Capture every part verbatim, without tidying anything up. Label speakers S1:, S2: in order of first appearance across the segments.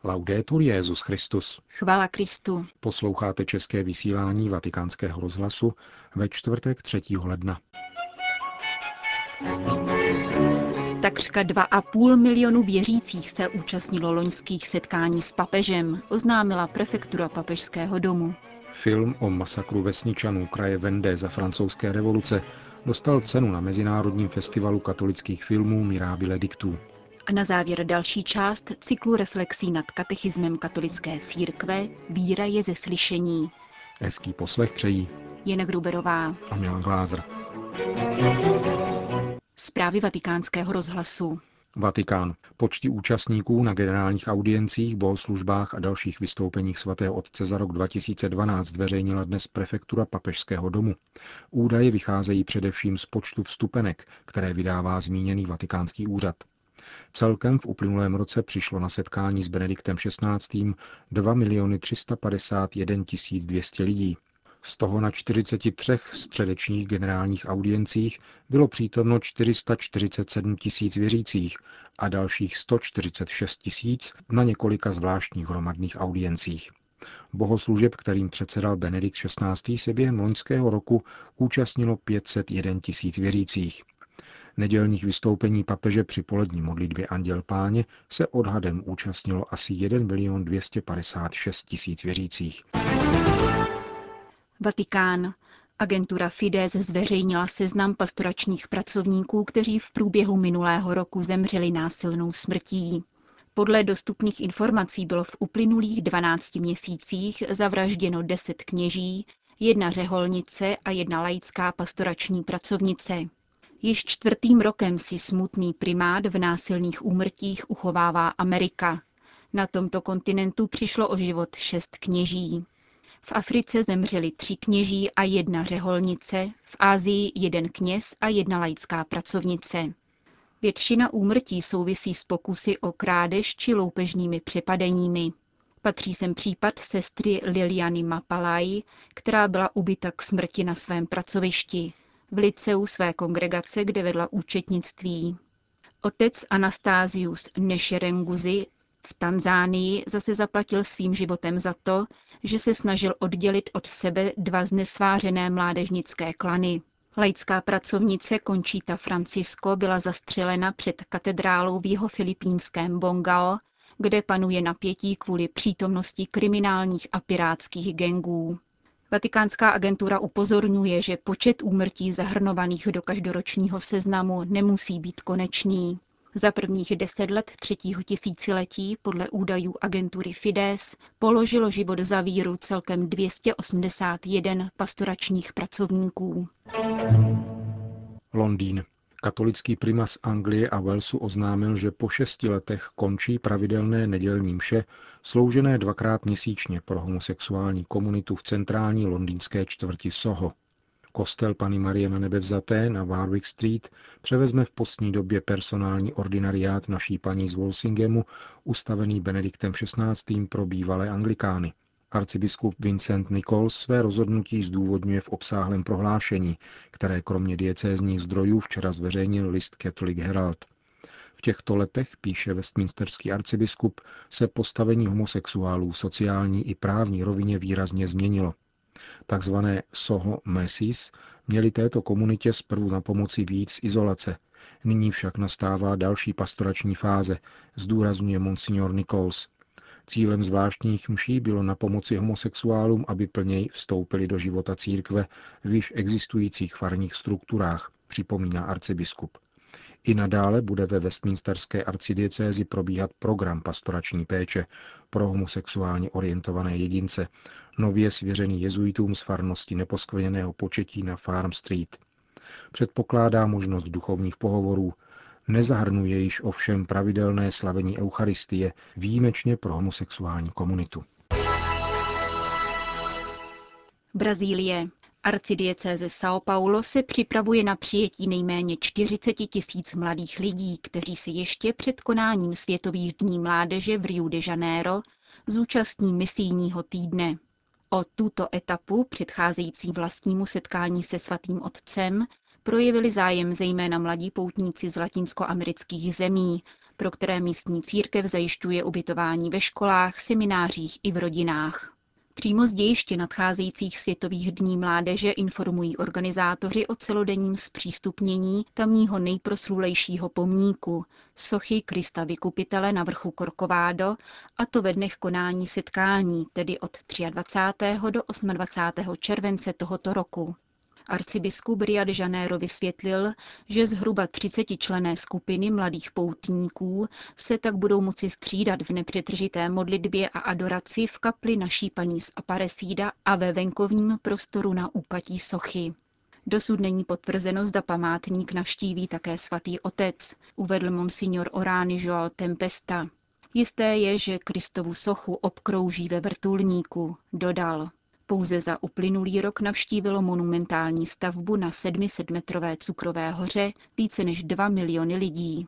S1: Laudetur Jesus Christus.
S2: Chvála Kristu.
S1: Posloucháte české vysílání Vatikánského rozhlasu ve čtvrtek třetího ledna.
S2: Takřka dva a půl milionu věřících se účastnilo loňských setkání s papežem, oznámila prefektura papežského domu.
S1: Film o masakru vesničanů kraje Vendée za francouzské revoluce dostal cenu na Mezinárodním festivalu katolických filmů Mirabile Dictu.
S2: A na závěr další část cyklu reflexí nad katechismem katolické církve Víra je ze slyšení.
S1: Hezký poslech přejí
S2: Jana Gruberová
S1: a Milan Glázer.
S2: Zprávy Vatikánského rozhlasu.
S1: Vatikán. Počty účastníků na generálních audiencích, bohoslužbách a dalších vystoupeních svatého otce za rok dva tisíce dvanáct zveřejnila dnes prefektura papežského domu. Údaje vycházejí především z počtu vstupenek, které vydává zmíněný vatikánský úřad. Celkem v uplynulém roce přišlo na setkání s Benediktem šestnáctým dva miliony tři sta padesát jedna tisíc dvě stě lidí. Z toho na čtyřiceti třech středečních generálních audiencích bylo přítomno čtyři sta čtyřicet sedm tisíc věřících a dalších sto čtyřicet šest tisíc na několika zvláštních hromadných audiencích. Bohoslužeb, kterým předsedal Benedikt šestnáctý, se během loňského roku účastnilo pět set jedna tisíc věřících. Nedělních vystoupení papeže při polední modlitbě Anděl Páně se odhadem účastnilo asi jedna milion dvě stě padesát šest tisíc věřících.
S2: Vatikán. Agentura Fides zveřejnila seznam pastoračních pracovníků, kteří v průběhu minulého roku zemřeli násilnou smrtí. Podle dostupných informací bylo v uplynulých dvanácti měsících zavražděno deset kněží, jedna řeholnice a jedna laická pastorační pracovnice. Již čtvrtým rokem si smutný primát v násilných úmrtích uchovává Amerika. Na tomto kontinentu přišlo o život šest kněží. V Africe zemřeli tři kněží a jedna řeholnice, v Asii jeden kněz a jedna laická pracovnice. Většina úmrtí souvisí s pokusy o krádež či loupežnými přepadeními. Patří sem případ sestry Liliany Mapalai, která byla ubita k smrti na svém pracovišti, v liceu své kongregace, kde vedla účetnictví. Otec Anastázius Nesherenguzi v Tanzánii zase zaplatil svým životem za to, že se snažil oddělit od sebe dva znesvářené mládežnické klany. Laická pracovnice Conchita Francisco byla zastřelena před katedrálou v jihofilipínském Bongao, kde panuje napětí kvůli přítomnosti kriminálních a pirátských gangů. Vatikánská agentura upozorňuje, že počet úmrtí zahrnovaných do každoročního seznamu nemusí být konečný. Za prvních deset let třetího tisíciletí podle údajů agentury Fides položilo život za víru celkem dvě stě osmdesát jedna pastoračních pracovníků.
S1: Londýn. Katolický primas Anglie a Walesu oznámil, že po šesti letech končí pravidelné nedělní mše, sloužené dvakrát měsíčně pro homosexuální komunitu v centrální londýnské čtvrti Soho. Kostel Panny Marie Nanebevzaté na Warwick Street převezme v postní době personální ordinariát Naší Paní z Walsinghemu, ustavený Benediktem šestnáctým pro bývalé anglikány. Arcibiskup Vincent Nichols své rozhodnutí zdůvodňuje v obsáhlém prohlášení, které kromě diecézních zdrojů včera zveřejnil list Catholic Herald. V těchto letech, píše westminsterský arcibiskup, se postavení homosexuálů v sociální i právní rovině výrazně změnilo. Takzvané Soho Messis měly této komunitě zprvu na pomoci víc z izolace. Nyní však nastává další pastorační fáze, zdůrazňuje monsignor Nichols. Cílem zvláštních mší bylo na pomoci homosexuálům, aby plněji vstoupili do života církve v již existujících farních strukturách, připomíná arcibiskup. I nadále bude ve westminsterské arcidiecézi probíhat program pastorační péče pro homosexuálně orientované jedince, nově svěřený jezuitům z farnosti Neposkvrněného početí na Farm Street. Předpokládá možnost duchovních pohovorů, nezahrnuje již ovšem pravidelné slavení eucharistie, výjimečně pro homosexuální komunitu.
S2: Brazílie. Arcidiecéze São Paulo se připravuje na přijetí nejméně čtyřicet tisíc mladých lidí, kteří se ještě před konáním Světových dní mládeže v Rio de Janeiro zúčastní misijního týdne. O tuto etapu, předcházející vlastnímu setkání se svatým otcem, projevili zájem zejména mladí poutníci z latinskoamerických zemí, pro které místní církev zajišťuje ubytování ve školách, seminářích i v rodinách. Přímo z dějiště nadcházejících Světových dní mládeže informují organizátoři o celodenním zpřístupnění tamního nejproslulejšího pomníku, sochy Krista Vykupitele na vrchu Corcovado, a to ve dnech konání setkání, tedy od dvacátého třetího do dvacátého osmého července tohoto roku. Arcibiskup Ria de Janeiro vysvětlil, že zhruba třicetičlenné skupiny mladých poutníků se tak budou moci střídat v nepřetržité modlitbě a adoraci v kapli Naší Paní z Aparecida a ve venkovním prostoru na úpatí sochy. Dosud není potvrzeno, zda památník navštíví také svatý otec, uvedl monsignor Orani João Tempesta. Jisté je, že Kristovu sochu obkrouží ve vrtulníku, dodal. Pouze za uplynulý rok navštívilo monumentální stavbu na sedmisetmetrové cukrové hoře více než dva miliony lidí.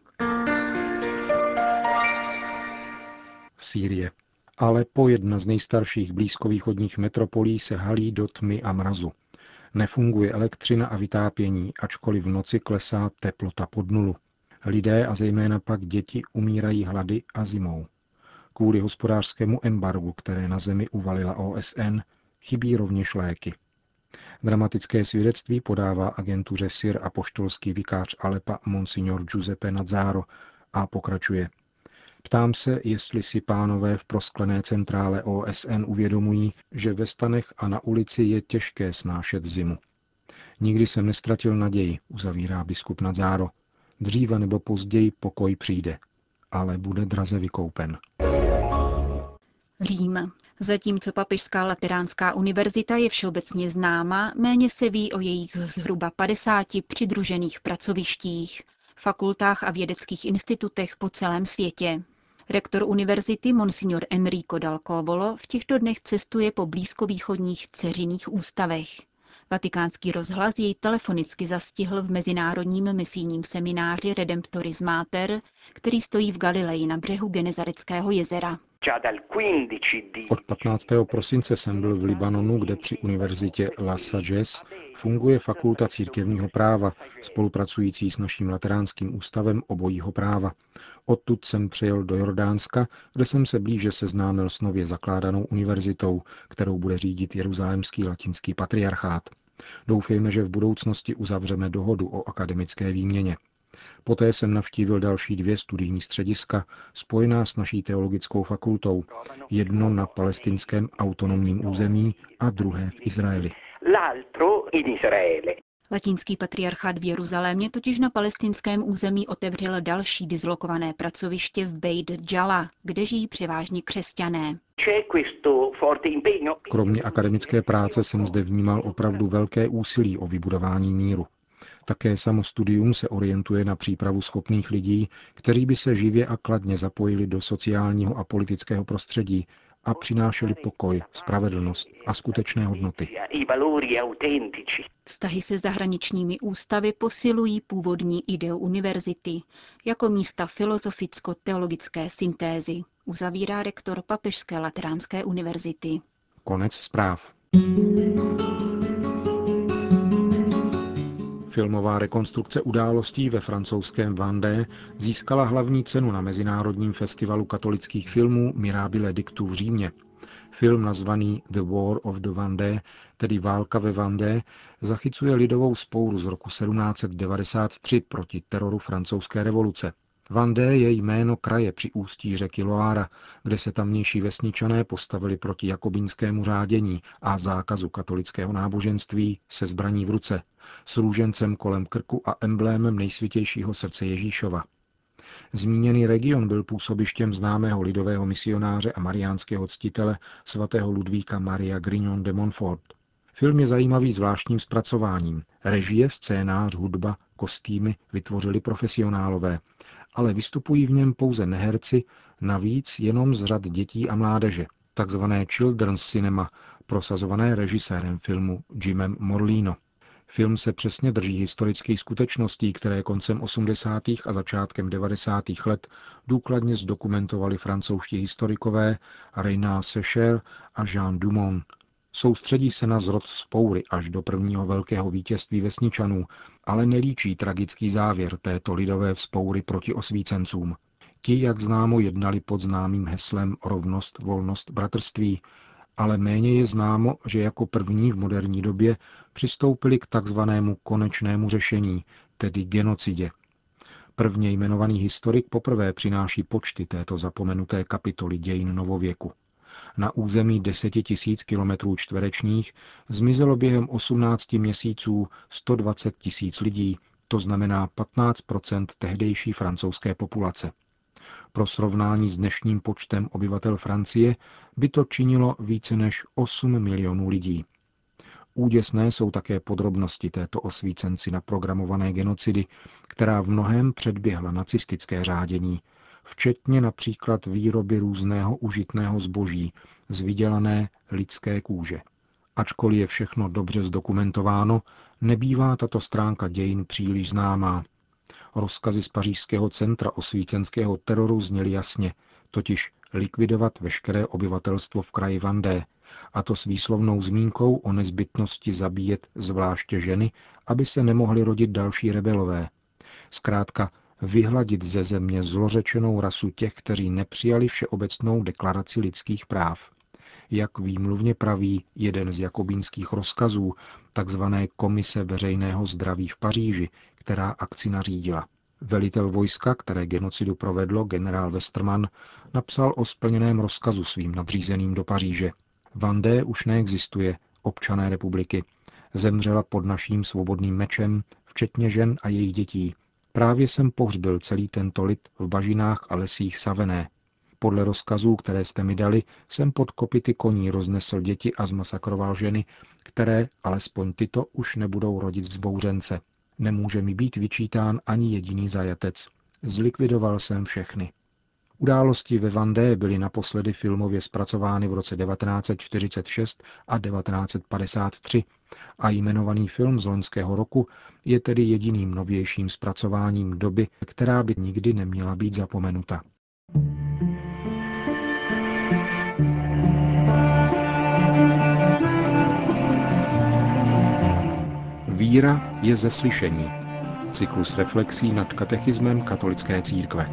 S1: Sýrie. Aleppo, jedna z nejstarších blízkovýchodních metropolí, se halí do tmy a mrazu. Nefunguje elektřina a vytápění, ačkoliv v noci klesá teplota pod nulu. Lidé a zejména pak děti umírají hlady a zimou. Kvůli hospodářskému embargu, které na zemi uvalila O S N, chybí rovněž léky. Dramatické svědectví podává agentuře S I R apoštolský vikář Aleppa monsignor Giuseppe Nazzaro a pokračuje. Ptám se, jestli si pánové v prosklené centrále O S N uvědomují, že ve stanech a na ulici je těžké snášet zimu. Nikdy jsem nestratil naději, uzavírá biskup Nazzaro. Dříve nebo později pokoj přijde, ale bude draze vykoupen.
S2: Řím. Zatímco Papežská lateránská univerzita je všeobecně známa, méně se ví o jejich zhruba padesáti přidružených pracovištích, fakultách a vědeckých institutech po celém světě. Rektor univerzity monsignor Enrico Dal Covolo v těchto dnech cestuje po blízkovýchodních dceřiných ústavech. Vatikánský rozhlas jej telefonicky zastihl v mezinárodním misijním semináři Redemptoris Mater, který stojí v Galileji na břehu Genezareckého jezera.
S1: Od patnáctého prosince jsem byl v Libanonu, kde při univerzitě La Sagesse funguje fakulta církevního práva, spolupracující s naším lateránským ústavem obojího práva. Odtud jsem přejel do Jordánska, kde jsem se blíže seznámil s nově zakládanou univerzitou, kterou bude řídit Jeruzalémský latinský patriarchát. Doufejme, že v budoucnosti uzavřeme dohodu o akademické výměně. Poté jsem navštívil další dvě studijní střediska, spojená s naší teologickou fakultou, jedno na palestinském autonomním území a druhé v Izraeli.
S2: Latinský patriarchát v Jeruzalémě totiž na palestinském území otevřel další dislokované pracoviště v Beit Jala, kde žijí převážně křesťané.
S1: Kromě akademické práce jsem zde vnímal opravdu velké úsilí o vybudování míru. Také samo studium se orientuje na přípravu schopných lidí, kteří by se živě a kladně zapojili do sociálního a politického prostředí a přinášeli pokoj, spravedlnost a skutečné hodnoty.
S2: Vztahy se zahraničními ústavy posilují původní ideu univerzity jako místa filozoficko-teologické syntézy, uzavírá rektor Papežské lateránské univerzity.
S1: Konec zpráv. Filmová rekonstrukce událostí ve francouzském Vendée získala hlavní cenu na Mezinárodním festivalu katolických filmů Mirabile Dictu v Římě. Film nazvaný The War of the Vendée, tedy Válka ve Vendée, zachycuje lidovou vzpouru z roku sedmnáct set devadesát tři proti teroru francouzské revoluce. Vendée je jméno kraje při ústí řeky Loára, kde se tamnější vesničané postavili proti jakobínskému řádění a zákazu katolického náboženství se zbraní v ruce, s růžencem kolem krku a emblémem nejsvětějšího srdce Ježíšova. Zmíněný region byl působištěm známého lidového misionáře a mariánského ctitele svatého Ludvíka Maria Grignon de Montfort. Film je zajímavý zvláštním zpracováním. Režie, scénář, hudba, kostýmy vytvořili profesionálové, ale vystupují v něm pouze neherci, navíc jenom z řad dětí a mládeže, takzvané children's cinema, prosazované režisérem filmu Jimem Morlino. Film se přesně drží historických skutečností, které koncem osmdesátých a začátkem devadesátých let důkladně zdokumentovali francouzští historikové Reynald Secher a Jean Dumont. Soustředí se na zrod vzpoury až do prvního velkého vítězství vesničanů, ale nelíčí tragický závěr této lidové vzpoury proti osvícencům. Ti, jak známo, jednali pod známým heslem rovnost, volnost, bratrství, ale méně je známo, že jako první v moderní době přistoupili k takzvanému konečnému řešení, tedy genocidě. Prvně jmenovaný historik poprvé přináší počty této zapomenuté kapitoly dějin novověku. Na území deseti tisíc kilometrů čtverečních zmizelo během osmnácti měsíců sto dvacet tisíc lidí, to znamená patnáct procent tehdejší francouzské populace. Pro srovnání s dnešním počtem obyvatel Francie by to činilo více než osm milionů lidí. Úděsné jsou také podrobnosti této osvícenci naprogramované genocidy, která v mnohém předběhla nacistické řádění, včetně například výroby různého užitného zboží z vydělané lidské kůže. Ačkoliv je všechno dobře zdokumentováno, nebývá tato stránka dějin příliš známá. Rozkazy z pařížského centra osvícenského teroru zněly jasně, totiž likvidovat veškeré obyvatelstvo v kraji Vendée, a to s výslovnou zmínkou o nezbytnosti zabíjet zvláště ženy, aby se nemohly rodit další rebelové. Zkrátka vyhladit ze země zlořečenou rasu těch, kteří nepřijali všeobecnou deklaraci lidských práv. Jak výmluvně praví jeden z jakobínských rozkazů, takzvané Komise veřejného zdraví v Paříži, která akci nařídila. Velitel vojska, které genocidu provedlo, generál Westermann, napsal o splněném rozkazu svým nadřízeným do Paříže. Vendée už neexistuje, občané republiky. Zemřela pod naším svobodným mečem, včetně žen a jejich dětí. Právě jsem pohřbil celý tento lid v bažinách a lesích Savené. Podle rozkazů, které jste mi dali, jsem pod kopyty koní roznesl děti a zmasakroval ženy, které, alespoň tyto, už nebudou rodit vzbouřence. Nemůže mi být vyčítán ani jediný zajatec. Zlikvidoval jsem všechny. Události ve Vendée byly naposledy filmově zpracovány v roce devatenáct set čtyřicet šest a devatenáct set padesát tři a jmenovaný film z loňského roku je tedy jediným novějším zpracováním doby, která by nikdy neměla být zapomenuta. Víra je ze slyšení. Cyklus reflexí nad katechismem katolické církve.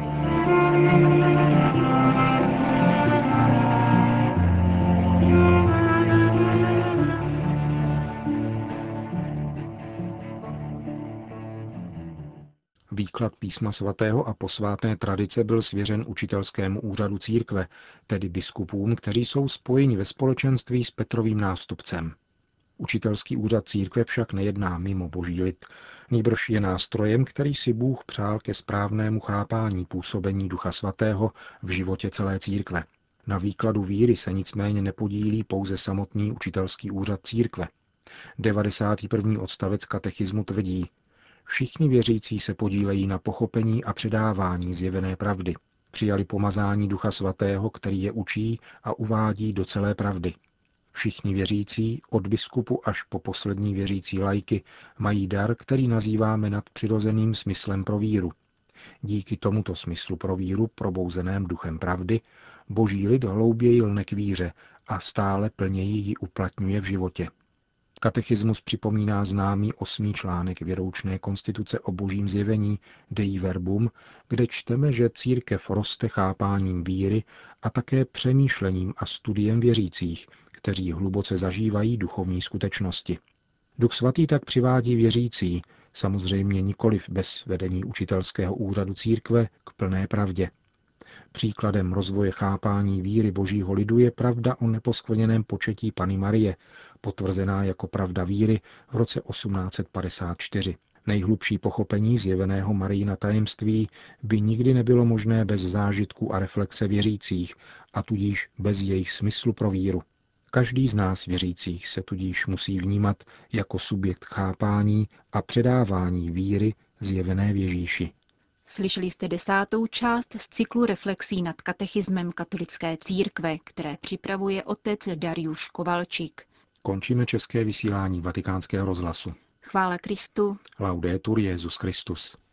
S1: Výklad písma svatého a posvátné tradice byl svěřen učitelskému úřadu církve, tedy biskupům, kteří jsou spojeni ve společenství s Petrovým nástupcem. Učitelský úřad církve však nejedná mimo boží lid, nýbrž je nástrojem, který si Bůh přál ke správnému chápání působení Ducha svatého v životě celé církve. Na výkladu víry se nicméně nepodílí pouze samotný učitelský úřad církve. devadesátý první odstavec katechismu tvrdí: všichni věřící se podílejí na pochopení a předávání zjevené pravdy. Přijali pomazání Ducha svatého, který je učí a uvádí do celé pravdy. Všichni věřící, od biskupu až po poslední věřící laiky, mají dar, který nazýváme nadpřirozeným smyslem pro víru. Díky tomuto smyslu pro víru, probouzeném duchem pravdy, boží lid hlouběji lne k víře a stále plněji ji uplatňuje v životě. Katechismus připomíná známý osmý článek věroučné konstituce o božím zjevení Dei Verbum, kde čteme, že církev roste chápáním víry a také přemýšlením a studiem věřících, kteří hluboce zažívají duchovní skutečnosti. Duch svatý tak přivádí věřící, samozřejmě nikoliv bez vedení učitelského úřadu církve, k plné pravdě. Příkladem rozvoje chápání víry božího lidu je pravda o neposkvrněném početí Panny Marie, potvrzená jako pravda víry v roce osmnáct set padesát čtyři. Nejhlubší pochopení zjeveného Marijina tajemství by nikdy nebylo možné bez zážitku a reflexe věřících, a tudíž bez jejich smyslu pro víru. Každý z nás věřících se tudíž musí vnímat jako subjekt chápání a předávání víry zjevené v Ježíši.
S2: Slyšeli jste desátou část z cyklu reflexí nad katechismem katolické církve, které připravuje otec Dariusz Kovalčík.
S1: Končíme české vysílání Vatikánského rozhlasu.
S2: Chvála Kristu.
S1: Laudetur Jesus Christus.